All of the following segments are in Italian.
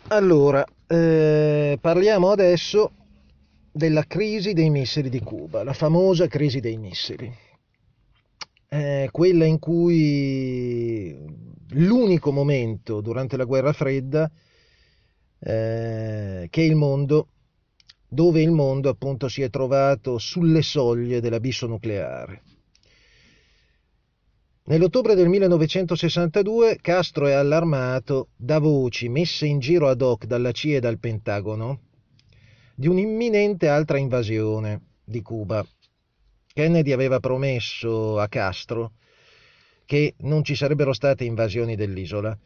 Allora, parliamo adesso della crisi dei missili di Cuba, la famosa crisi dei missili. Quella in cui l'unico momento durante la guerra fredda che il mondo, dove il mondo appunto si è trovato sulle soglie dell'abisso nucleare. Nell'ottobre del 1962 Castro è allarmato da voci messe in giro ad hoc dalla CIA e dal Pentagono di un'imminente altra invasione di Cuba. Kennedy aveva promesso a Castro che non ci sarebbero state invasioni dell'isola,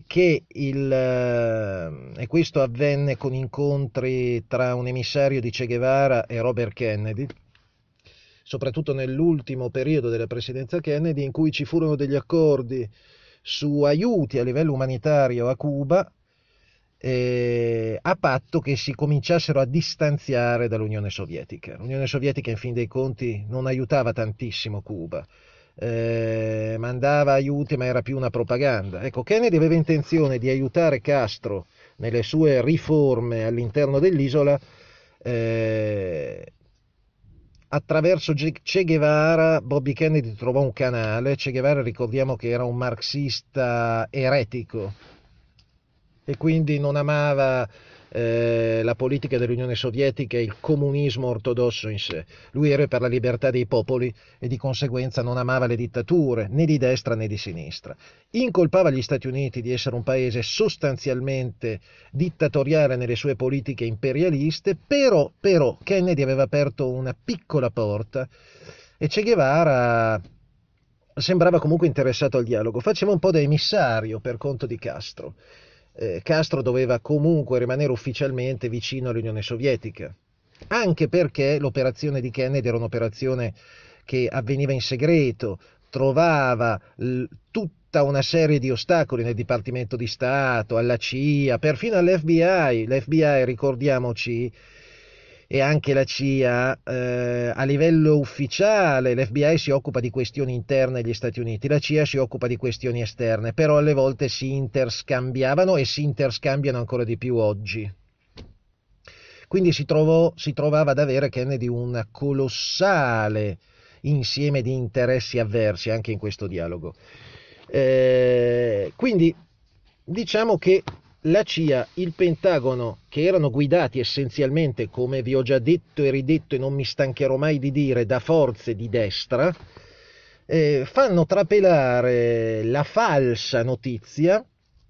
e questo avvenne con incontri tra un emissario di Che Guevara e Robert Kennedy, soprattutto nell'ultimo periodo della presidenza Kennedy, in cui ci furono degli accordi su aiuti a livello umanitario a Cuba, a patto che si cominciassero a distanziare dall'Unione Sovietica. L'Unione Sovietica, in fin dei conti, non aiutava tantissimo Cuba, mandava aiuti, ma era più una propaganda. Ecco, Kennedy aveva intenzione di aiutare Castro nelle sue riforme all'interno dell'isola, attraverso Che Guevara. Bobby Kennedy trovò un canale. Che Guevara, ricordiamo che era un marxista eretico e quindi non amava la politica dell'Unione Sovietica e il comunismo ortodosso in sé. Lui era per la libertà dei popoli e di conseguenza non amava le dittature né di destra né di sinistra. Incolpava gli Stati Uniti di essere un paese sostanzialmente dittatoriale nelle sue politiche imperialiste, però Kennedy aveva aperto una piccola porta e Che Guevara sembrava comunque interessato al dialogo. Faceva un po' da emissario per conto di Castro. Castro doveva comunque rimanere ufficialmente vicino all'Unione Sovietica, anche perché l'operazione di Kennedy era un'operazione che avveniva in segreto, trovava tutta una serie di ostacoli nel Dipartimento di Stato, alla CIA, perfino all'FBI. L'FBI, ricordiamoci, e anche la CIA, a livello ufficiale, l'FBI si occupa di questioni interne agli Stati Uniti, la CIA si occupa di questioni esterne, però alle volte si interscambiavano e si interscambiano ancora di più oggi. Quindi si trovava ad avere Kennedy un colossale insieme di interessi avversi anche in questo dialogo. Quindi diciamo che la CIA, il Pentagono, che erano guidati essenzialmente, come vi ho già detto e ridetto e non mi stancherò mai di dire, da forze di destra, fanno trapelare la falsa notizia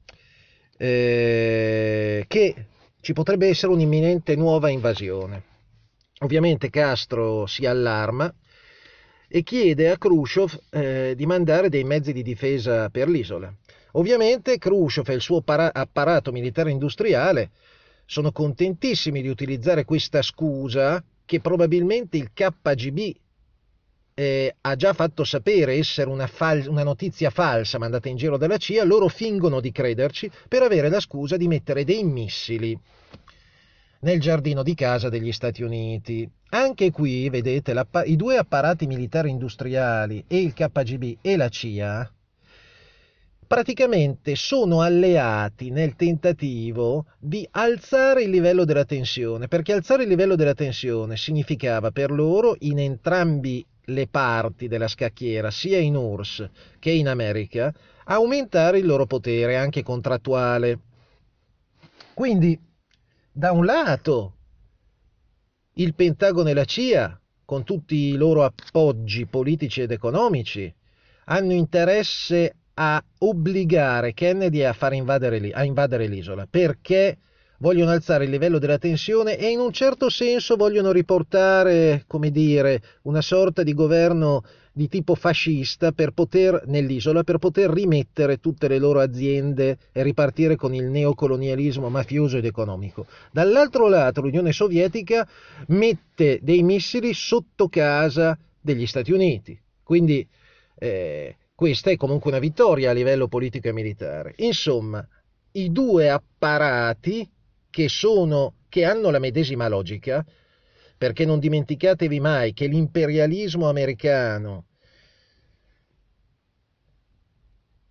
che ci potrebbe essere un'imminente nuova invasione. Ovviamente Castro si allarma e chiede a Khrushchev di mandare dei mezzi di difesa per l'isola. Ovviamente Khrushchev e il suo apparato militare industriale sono contentissimi di utilizzare questa scusa che probabilmente il KGB ha già fatto sapere essere una notizia falsa mandata in giro dalla CIA. Loro fingono di crederci per avere la scusa di mettere dei missili nel giardino di casa degli Stati Uniti. Anche qui, vedete, i due apparati militari industriali, e il KGB e la CIA, praticamente sono alleati nel tentativo di alzare il livello della tensione, perché alzare il livello della tensione significava per loro, in entrambi le parti della scacchiera, sia in URSS che in America, aumentare il loro potere anche contrattuale. Quindi, da un lato, il Pentagono e la CIA, con tutti i loro appoggi politici ed economici, hanno interesse a obbligare Kennedy a invadere l'isola, perché vogliono alzare il livello della tensione e in un certo senso vogliono riportare, come dire, una sorta di governo di tipo fascista nell'isola, per poter rimettere tutte le loro aziende e ripartire con il neocolonialismo mafioso ed economico. Dall'altro lato, l'Unione Sovietica mette dei missili sotto casa degli Stati Uniti. Quindi questa è comunque una vittoria a livello politico e militare. Insomma, i due apparati che hanno la medesima logica, perché non dimenticatevi mai che l'imperialismo americano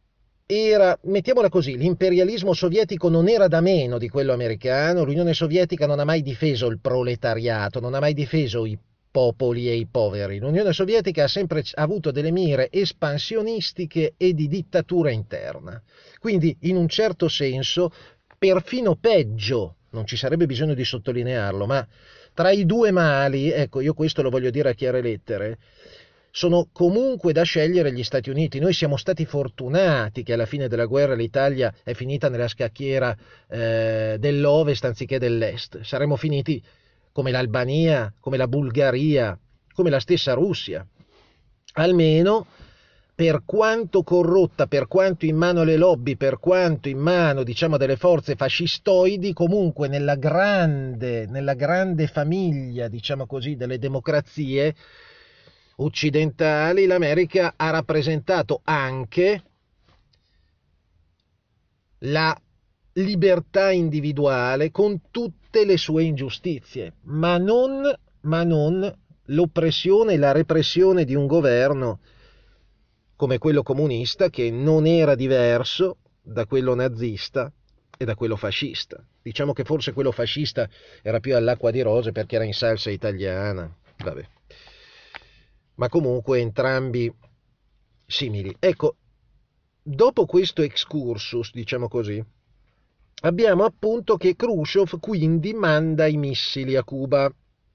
mettiamola così, l'imperialismo sovietico non era da meno di quello americano, l'Unione Sovietica non ha mai difeso il proletariato, non ha mai difeso i popoli e i poveri. L'Unione Sovietica ha sempre avuto delle mire espansionistiche e di dittatura interna. Quindi, in un certo senso, perfino peggio, non ci sarebbe bisogno di sottolinearlo, ma tra i due mali, ecco, io questo lo voglio dire a chiare lettere, sono comunque da scegliere gli Stati Uniti. Noi siamo stati fortunati che alla fine della guerra l'Italia è finita nella scacchiera dell'Ovest anziché dell'Est. Saremmo finiti come l'Albania, come la Bulgaria, come la stessa Russia. Almeno, per quanto corrotta, per quanto in mano alle lobby, per quanto in mano, diciamo, delle forze fascistoidi, comunque nella grande famiglia, diciamo così, delle democrazie occidentali, l'America ha rappresentato anche la libertà individuale con tutte le sue ingiustizie, ma non l'oppressione e la repressione di un governo come quello comunista, che non era diverso da quello nazista e da quello fascista. Diciamo che forse quello fascista era più all'acqua di rose perché era in salsa italiana, vabbè. Ma comunque entrambi simili. Ecco, dopo questo excursus, diciamo così, abbiamo appunto che Khrushchev quindi manda i missili a Cuba.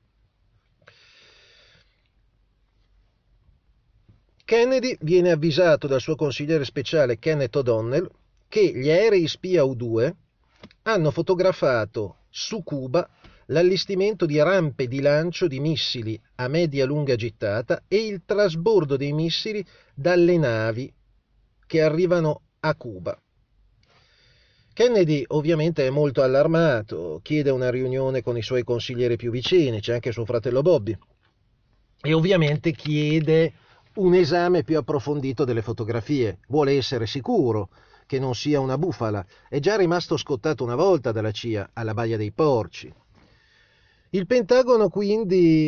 Kennedy viene avvisato dal suo consigliere speciale Kenneth O'Donnell che gli aerei spia U-2 hanno fotografato su Cuba l'allestimento di rampe di lancio di missili a media-lunga gittata e il trasbordo dei missili dalle navi che arrivano a Cuba. Kennedy ovviamente è molto allarmato, chiede una riunione con i suoi consiglieri più vicini, c'è anche suo fratello Bobby, e ovviamente chiede un esame più approfondito delle fotografie, vuole essere sicuro che non sia una bufala, è già rimasto scottato una volta dalla CIA alla Baia dei Porci. Il Pentagono quindi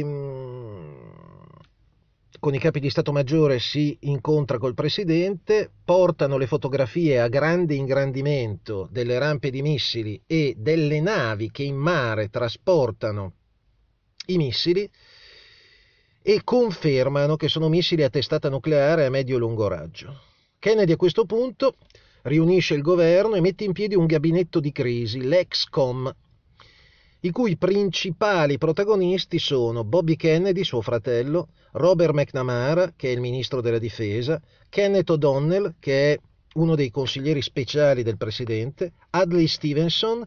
con i capi di Stato Maggiore si incontra col Presidente, portano le fotografie a grande ingrandimento delle rampe di missili e delle navi che in mare trasportano i missili e confermano che sono missili a testata nucleare a medio-lungo raggio. Kennedy a questo punto riunisce il governo e mette in piedi un gabinetto di crisi, l'ExCom, i cui principali protagonisti sono Bobby Kennedy, suo fratello, Robert McNamara, che è il ministro della difesa, Kenneth O'Donnell, che è uno dei consiglieri speciali del presidente, Adlai Stevenson,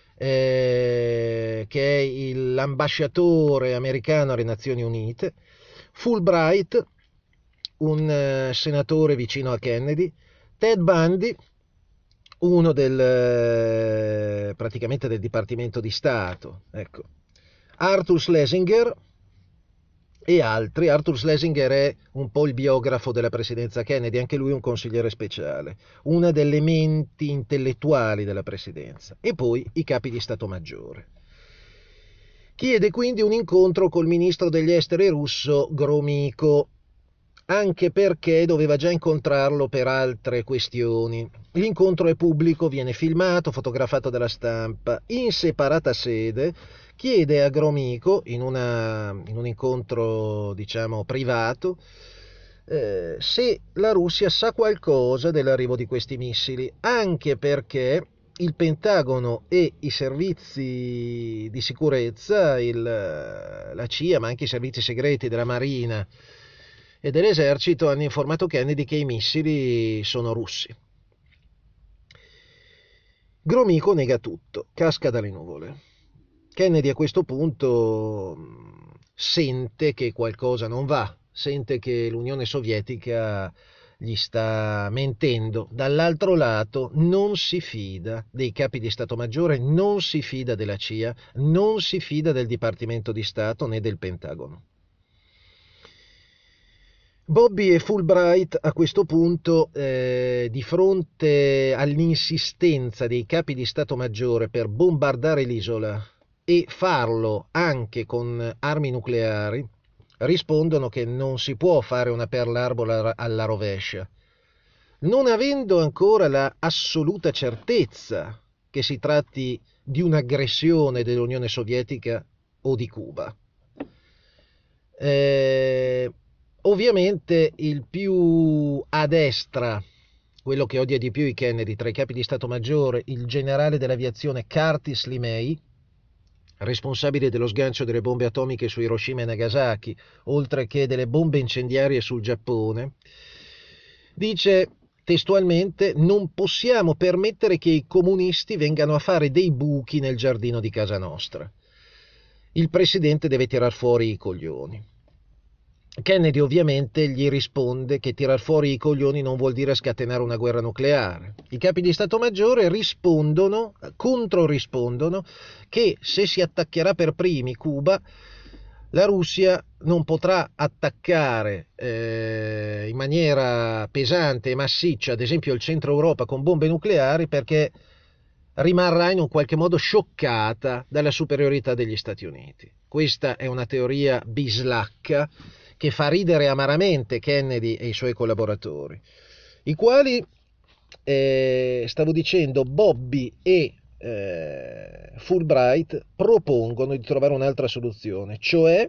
che è l'ambasciatore americano alle Nazioni Unite, Fulbright, un senatore vicino a Kennedy, Ted Bundy, uno praticamente del Dipartimento di Stato, ecco, Arthur Schlesinger e altri. Arthur Schlesinger è un po' il biografo della presidenza Kennedy, anche lui un consigliere speciale, una delle menti intellettuali della presidenza, e poi i capi di Stato Maggiore. Chiede quindi un incontro col ministro degli esteri russo Gromyko, anche perché doveva già incontrarlo per altre questioni. L'incontro è pubblico, viene filmato, fotografato dalla stampa. In separata sede chiede a Gromyko, in un incontro, diciamo, privato, se la Russia sa qualcosa dell'arrivo di questi missili, anche perché il Pentagono e i servizi di sicurezza, la CIA, ma anche i servizi segreti della Marina e dell'esercito hanno informato Kennedy che i missili sono russi. Gromyko nega tutto, casca dalle nuvole. Kennedy a questo punto sente che qualcosa non va, sente che l'Unione Sovietica gli sta mentendo. Dall'altro lato non si fida dei capi di Stato Maggiore, non si fida della CIA, non si fida del Dipartimento di Stato né del Pentagono. Bobby e Fulbright a questo punto, di fronte all'insistenza dei capi di Stato Maggiore per bombardare l'isola e farlo anche con armi nucleari, rispondono che non si può fare una Pearl Harbor alla rovescia. non avendo ancora la assoluta certezza che si tratti di un'aggressione dell'Unione Sovietica o di Cuba. Ovviamente il più a destra, quello che odia di più i Kennedy tra i capi di Stato Maggiore, il generale dell'aviazione Curtis LeMay, responsabile dello sgancio delle bombe atomiche su Hiroshima e Nagasaki, oltre che delle bombe incendiarie sul Giappone, dice testualmente: non possiamo permettere che i comunisti vengano a fare dei buchi nel giardino di casa nostra. Il presidente deve tirar fuori i coglioni. Kennedy ovviamente gli risponde che tirar fuori i coglioni non vuol dire scatenare una guerra nucleare. I capi di Stato Maggiore controrispondono che se si attaccherà per primi Cuba, la Russia non potrà attaccare in maniera pesante e massiccia, ad esempio il centro Europa con bombe nucleari, perché rimarrà in un qualche modo scioccata dalla superiorità degli Stati Uniti. Questa è una teoria bislacca che fa ridere amaramente Kennedy e i suoi collaboratori, i quali, stavo dicendo, Bobby e Fulbright propongono di trovare un'altra soluzione, cioè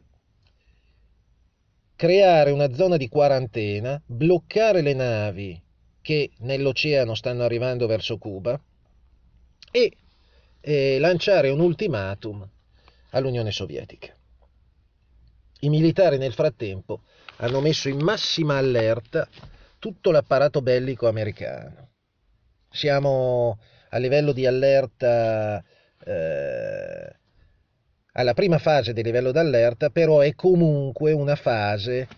creare una zona di quarantena, bloccare le navi che nell'oceano stanno arrivando verso Cuba e lanciare un ultimatum all'Unione Sovietica. I militari nel frattempo hanno messo in massima allerta tutto l'apparato bellico americano. Siamo a livello di allerta, alla prima fase di livello d'allerta, però è comunque una fase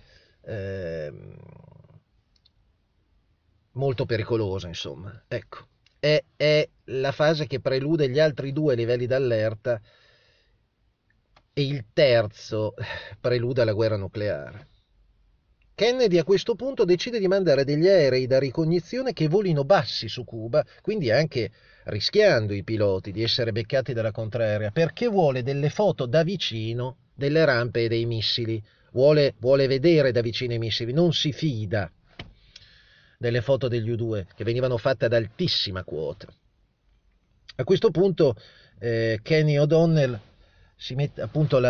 molto pericolosa, insomma. Ecco, è la fase che prelude gli altri due livelli d'allerta e il terzo prelude alla guerra nucleare. Kennedy a questo punto decide di mandare degli aerei da ricognizione che volino bassi su Cuba, quindi anche rischiando i piloti di essere beccati dalla contraerea, perché vuole delle foto da vicino delle rampe e dei missili, vuole vedere da vicino i missili, non si fida delle foto degli U-2 che venivano fatte ad altissima quota. A questo punto Kenny O'Donnell si mette, appunto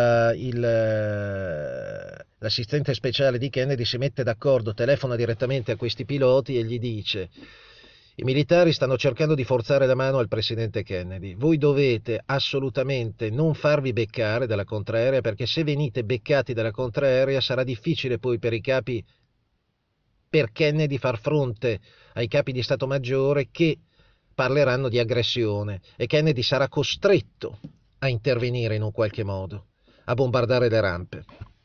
l'assistente speciale di Kennedy si mette d'accordo, telefona direttamente a questi piloti e gli dice: i militari stanno cercando di forzare la mano al presidente Kennedy, voi dovete assolutamente non farvi beccare dalla contraerea, perché se venite beccati dalla contraerea sarà difficile poi per Kennedy far fronte ai capi di Stato Maggiore che parleranno di aggressione e Kennedy sarà costretto a intervenire in un qualche modo, a bombardare le rampe.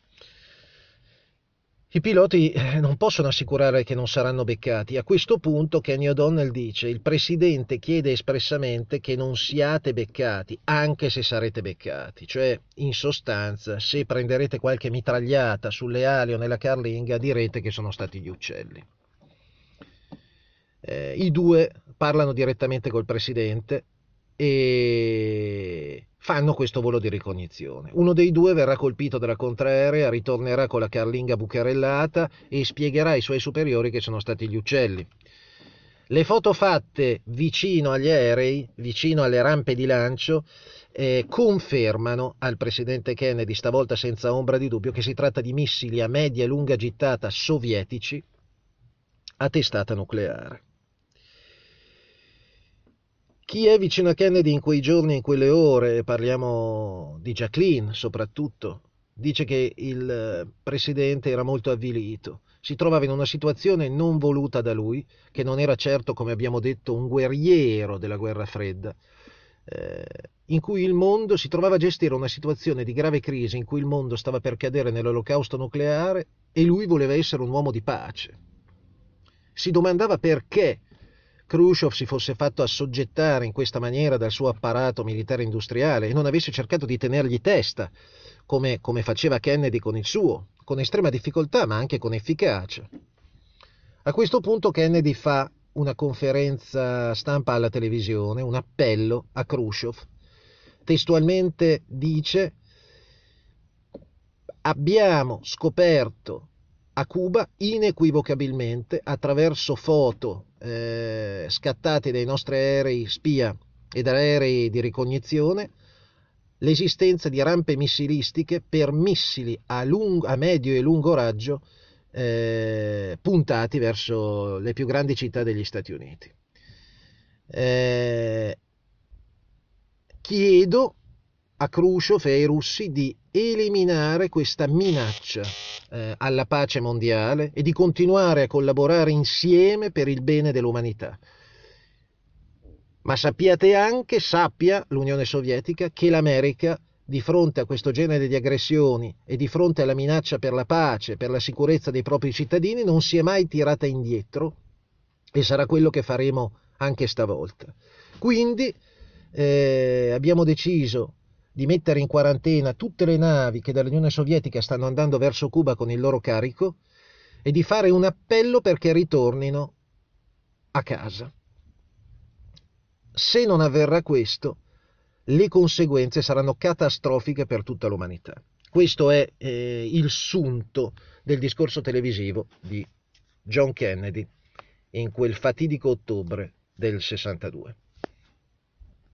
I piloti non possono assicurare che non saranno beccati. A questo punto Kenny O'Donnell dice: il presidente chiede espressamente che non siate beccati, anche se sarete beccati. Cioè, in sostanza, se prenderete qualche mitragliata sulle ali o nella carlinga, direte che sono stati gli uccelli. I due parlano direttamente col presidente e fanno questo volo di ricognizione. Uno dei due verrà colpito dalla contraerea, ritornerà con la carlinga bucherellata e spiegherà ai suoi superiori che sono stati gli uccelli. Le foto fatte vicino agli aerei, vicino alle rampe di lancio, confermano al presidente Kennedy, stavolta senza ombra di dubbio, che si tratta di missili a media e lunga gittata sovietici a testata nucleare. Chi è vicino a Kennedy in quei giorni, in quelle ore, parliamo di Jacqueline soprattutto, dice che il presidente era molto avvilito, si trovava in una situazione non voluta da lui, che non era certo, come abbiamo detto, un guerriero della guerra fredda, in cui il mondo si trovava a gestire una situazione di grave crisi, in cui il mondo stava per cadere nell'olocausto nucleare e lui voleva essere un uomo di pace. Si domandava perché Khrushchev si fosse fatto assoggettare in questa maniera dal suo apparato militare industriale e non avesse cercato di tenergli testa, come faceva Kennedy con il suo, con estrema difficoltà ma anche con efficacia. A questo punto Kennedy fa una conferenza stampa alla televisione, un appello a Khrushchev. Testualmente dice: abbiamo scoperto a Cuba inequivocabilmente attraverso foto scattate dai nostri aerei spia e da aerei di ricognizione l'esistenza di rampe missilistiche per missili a medio e lungo raggio puntati verso le più grandi città degli Stati Uniti. Chiedo a Khrushchev e ai russi di eliminare questa minaccia alla pace mondiale e di continuare a collaborare insieme per il bene dell'umanità. Ma sappia l'Unione Sovietica che l'America, di fronte a questo genere di aggressioni e di fronte alla minaccia per la pace, per la sicurezza dei propri cittadini, non si è mai tirata indietro e sarà quello che faremo anche stavolta. Quindi abbiamo deciso di mettere in quarantena tutte le navi che dall'Unione Sovietica stanno andando verso Cuba con il loro carico e di fare un appello perché ritornino a casa. Se non avverrà questo, le conseguenze saranno catastrofiche per tutta l'umanità. Questo è il sunto del discorso televisivo di John Kennedy in quel fatidico ottobre del 62.